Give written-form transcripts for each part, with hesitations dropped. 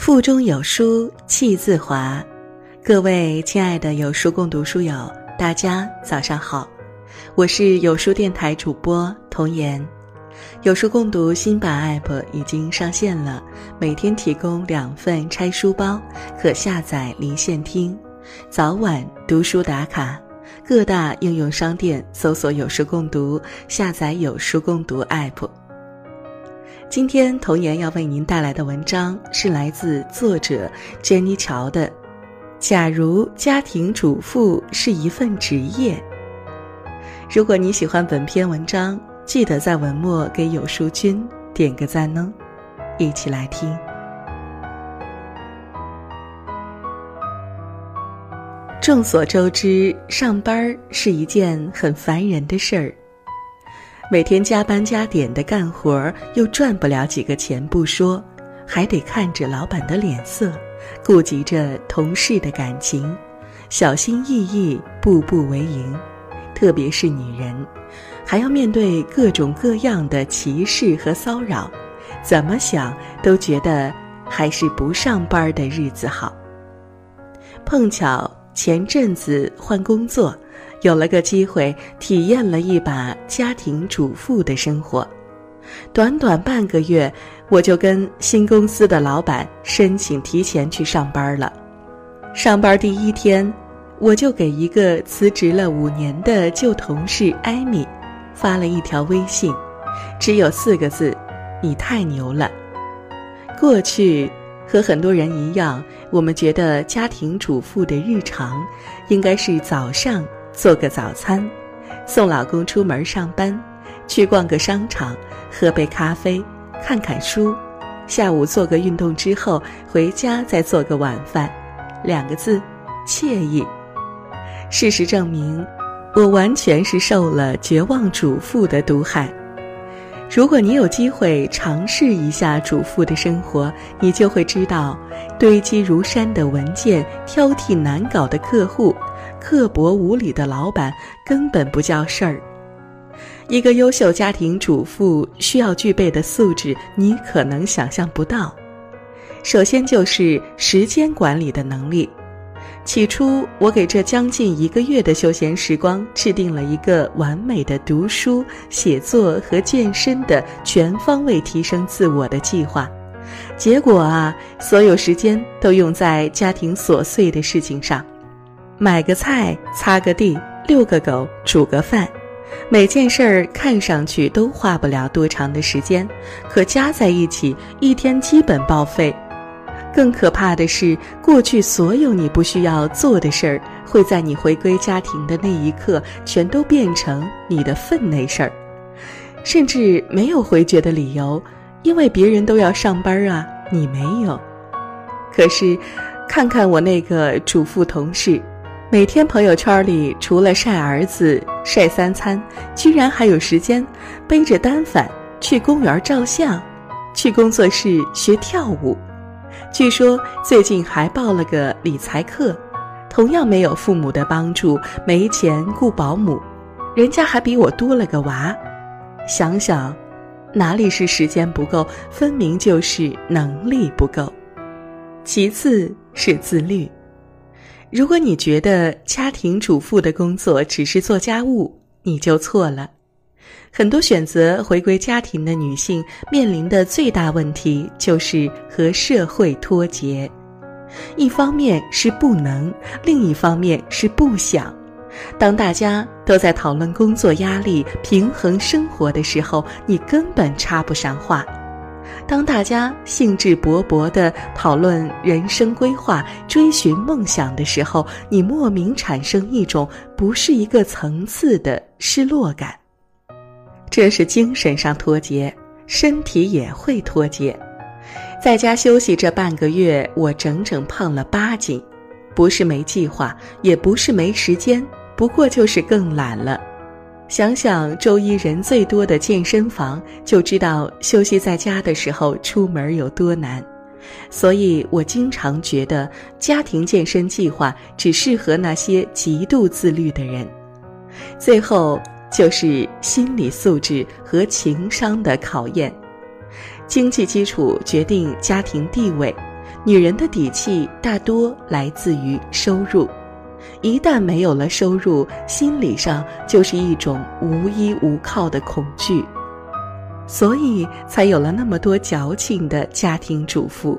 腹中有书气自华。各位亲爱的有书共读书友，大家早上好，我是有书电台主播童言。有书共读新版 App 已经上线了，每天提供2份拆书包，可下载离线听，早晚读书打卡。各大应用商店搜索有书共读，下载有书共读 App。今天童言要为您带来的文章是来自作者珍妮乔的《假如家庭主妇是一份职业》。如果你喜欢本篇文章，记得在文末给有书君点个赞哦。一起来听。众所周知，上班是一件很烦人的事儿。每天加班加点的干活，又赚不了几个钱不说，还得看着老板的脸色，顾及着同事的感情，小心翼翼，步步为营。特别是女人，还要面对各种各样的歧视和骚扰，怎么想都觉得还是不上班的日子好。碰巧前阵子换工作，有了个机会体验了一把家庭主妇的生活。短短半个月，我就跟新公司的老板申请提前去上班了。上班第一天，我就给一个辞职了5年的旧同事艾米发了一条微信，只有4个字：你太牛了。过去和很多人一样，我们觉得家庭主妇的日常应该是早上做个早餐，送老公出门上班，去逛个商场，喝杯咖啡，看看书，下午做个运动之后回家再做个晚饭，2个字：惬意。事实证明，我完全是受了绝望主妇的毒害。如果你有机会尝试一下主妇的生活，你就会知道，堆积如山的文件，挑剔难搞的客户，刻薄无理的老板根本不叫事儿。一个优秀家庭主妇需要具备的素质，你可能想象不到。首先就是时间管理的能力。起初，我给这将近1个月的休闲时光制定了一个完美的读书、写作和健身的全方位提升自我的计划。结果啊，所有时间都用在家庭琐碎的事情上。买个菜，擦个地，遛个狗，煮个饭，每件事儿看上去都花不了多长的时间，可加在一起，一天基本报废。更可怕的是，过去所有你不需要做的事儿，会在你回归家庭的那一刻，全都变成你的分内事儿，甚至没有回绝的理由，因为别人都要上班啊，你没有。可是，看看我那个主妇同事，每天朋友圈里除了晒儿子、晒3餐，居然还有时间背着单反去公园照相，去工作室学跳舞。据说最近还报了个理财课，同样没有父母的帮助，没钱雇保姆，人家还比我多了个娃。想想，哪里是时间不够，分明就是能力不够。其次是自律。如果你觉得家庭主妇的工作只是做家务，你就错了。很多选择回归家庭的女性面临的最大问题就是和社会脱节。一方面是不能，另一方面是不想。当大家都在讨论工作压力、平衡生活的时候，你根本插不上话。当大家兴致勃勃地讨论人生规划、追寻梦想的时候，你莫名产生一种不是一个层次的失落感。这是精神上脱节，身体也会脱节。在家休息这半个月，我整整胖了8斤，不是没计划，也不是没时间，不过就是更懒了。想想周一人最多的健身房，就知道休息在家的时候出门有多难。所以我经常觉得家庭健身计划只适合那些极度自律的人。最后就是心理素质和情商的考验。经济基础决定家庭地位， 女人的底气大多来自于收入，一旦没有了收入，心理上就是一种无依无靠的恐惧，所以才有了那么多矫情的家庭主妇。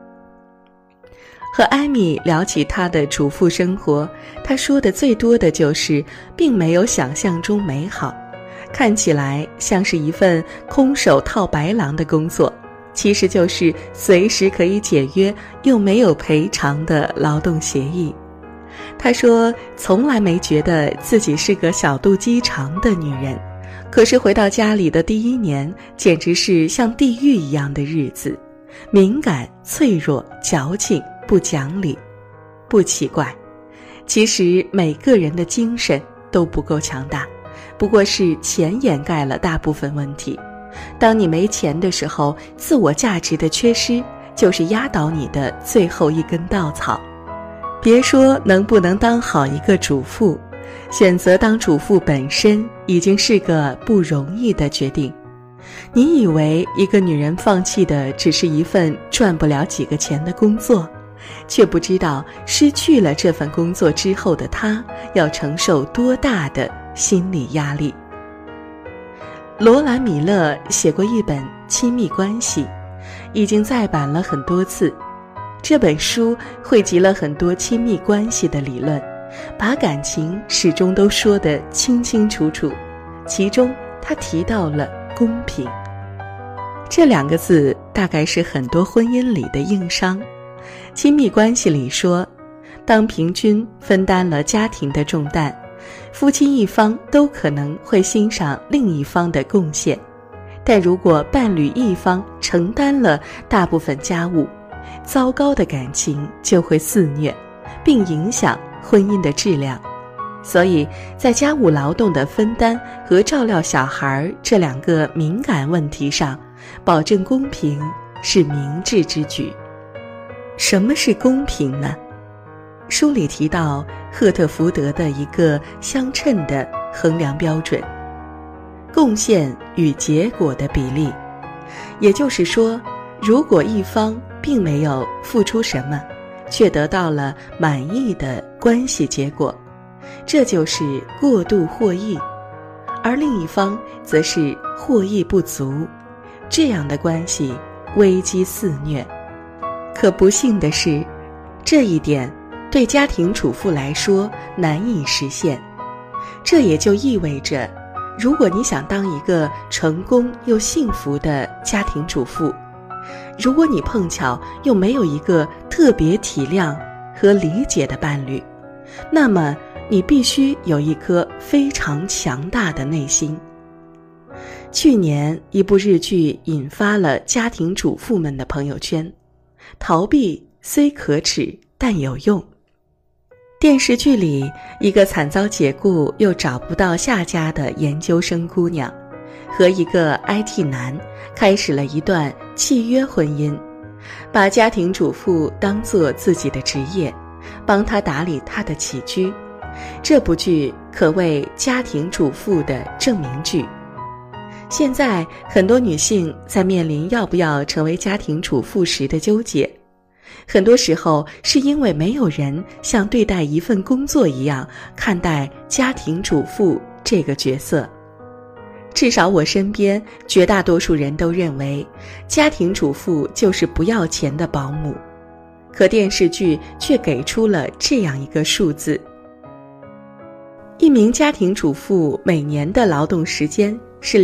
和艾米聊起她的主妇生活，她说的最多的就是并没有想象中美好，看起来像是一份空手套白狼的工作，其实就是随时可以解约又没有赔偿的劳动协议。她说从来没觉得自己是个小肚鸡肠的女人，可是回到家里的第一年简直是像地狱一样的日子，敏感、脆弱、矫情、不讲理。不奇怪，其实每个人的精神都不够强大，不过是钱掩盖了大部分问题。当你没钱的时候，自我价值的缺失就是压倒你的最后一根稻草。别说能不能当好一个主妇，选择当主妇本身已经是个不容易的决定。你以为一个女人放弃的只是一份赚不了几个钱的工作，却不知道失去了这份工作之后的她要承受多大的心理压力。罗兰·米勒写过一本《亲密关系》，已经再版了很多次。这本书汇集了很多亲密关系的理论，把感情始终都说得清清楚楚。其中他提到了公平这两个字，大概是很多婚姻里的硬伤。亲密关系里说，当平均分担了家庭的重担，夫妻一方都可能会欣赏另一方的贡献，但如果伴侣一方承担了大部分家务，糟糕的感情就会肆虐，并影响婚姻的质量。所以在家务劳动的分担和照料小孩这两个敏感问题上，保证公平是明智之举。什么是公平呢？书里提到赫特福德的一个相称的衡量标准：贡献与结果的比例。也就是说，如果一方并没有付出什么，却得到了满意的关系结果，这就是过度获益；而另一方则是获益不足，这样的关系危机肆虐。可不幸的是，这一点对家庭主妇来说难以实现。这也就意味着，如果你想当一个成功又幸福的家庭主妇，如果你碰巧又没有一个特别体谅和理解的伴侣，那么你必须有一颗非常强大的内心。去年一部日剧引发了家庭主妇们的朋友圈，逃避虽可耻但有用。电视剧里，一个惨遭解雇又找不到下家的研究生姑娘，和一个 IT 男开始了一段契约婚姻，把家庭主妇当作自己的职业，帮她打理她的起居。这部剧可谓家庭主妇的证明剧。现在很多女性在面临要不要成为家庭主妇时的纠结，很多时候是因为没有人像对待一份工作一样看待家庭主妇这个角色。至少我身边绝大多数人都认为家庭主妇就是不要钱的保姆，可电视剧却给出了这样一个数字：一名家庭主妇每年的劳动时间是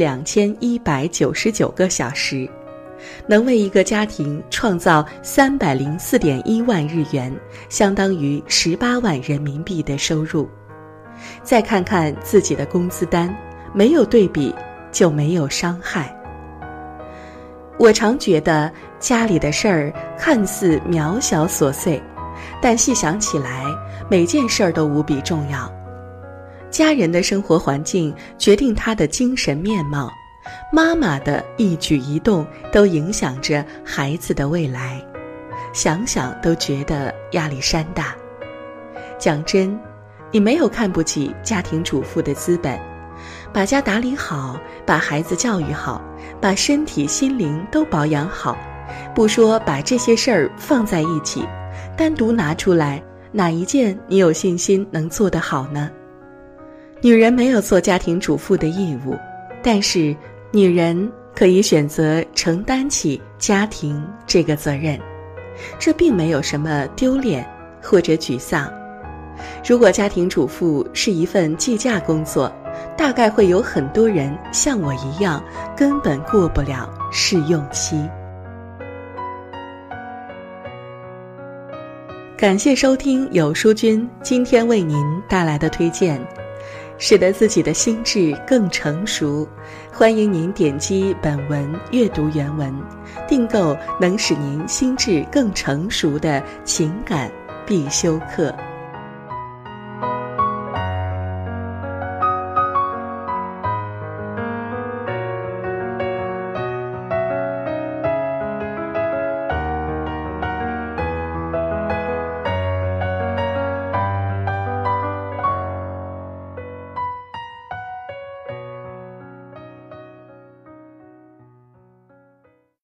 2199个小时，能为一个家庭创造304.1万日元，相当于18万人民币的收入。再看看自己的工资单，没有对比就没有伤害。我常觉得家里的事儿看似渺小琐碎，但细想起来，每件事儿都无比重要。家人的生活环境决定他的精神面貌，妈妈的一举一动都影响着孩子的未来，想想都觉得压力山大。讲真，你没有看不起家庭主妇的资本，把家打理好，把孩子教育好，把身体心灵都保养好， 不说把这些事儿放在一起，单独拿出来，哪一件你有信心能做得好呢？女人没有做家庭主妇的义务，但是女人可以选择承担起家庭这个责任，这并没有什么丢脸或者沮丧。如果家庭主妇是一份计价工作，大概会有很多人像我一样，根本过不了试用期。感谢收听有书君今天为您带来的推荐，使得自己的心智更成熟。欢迎您点击本文阅读原文，订购能使您心智更成熟的情感必修课。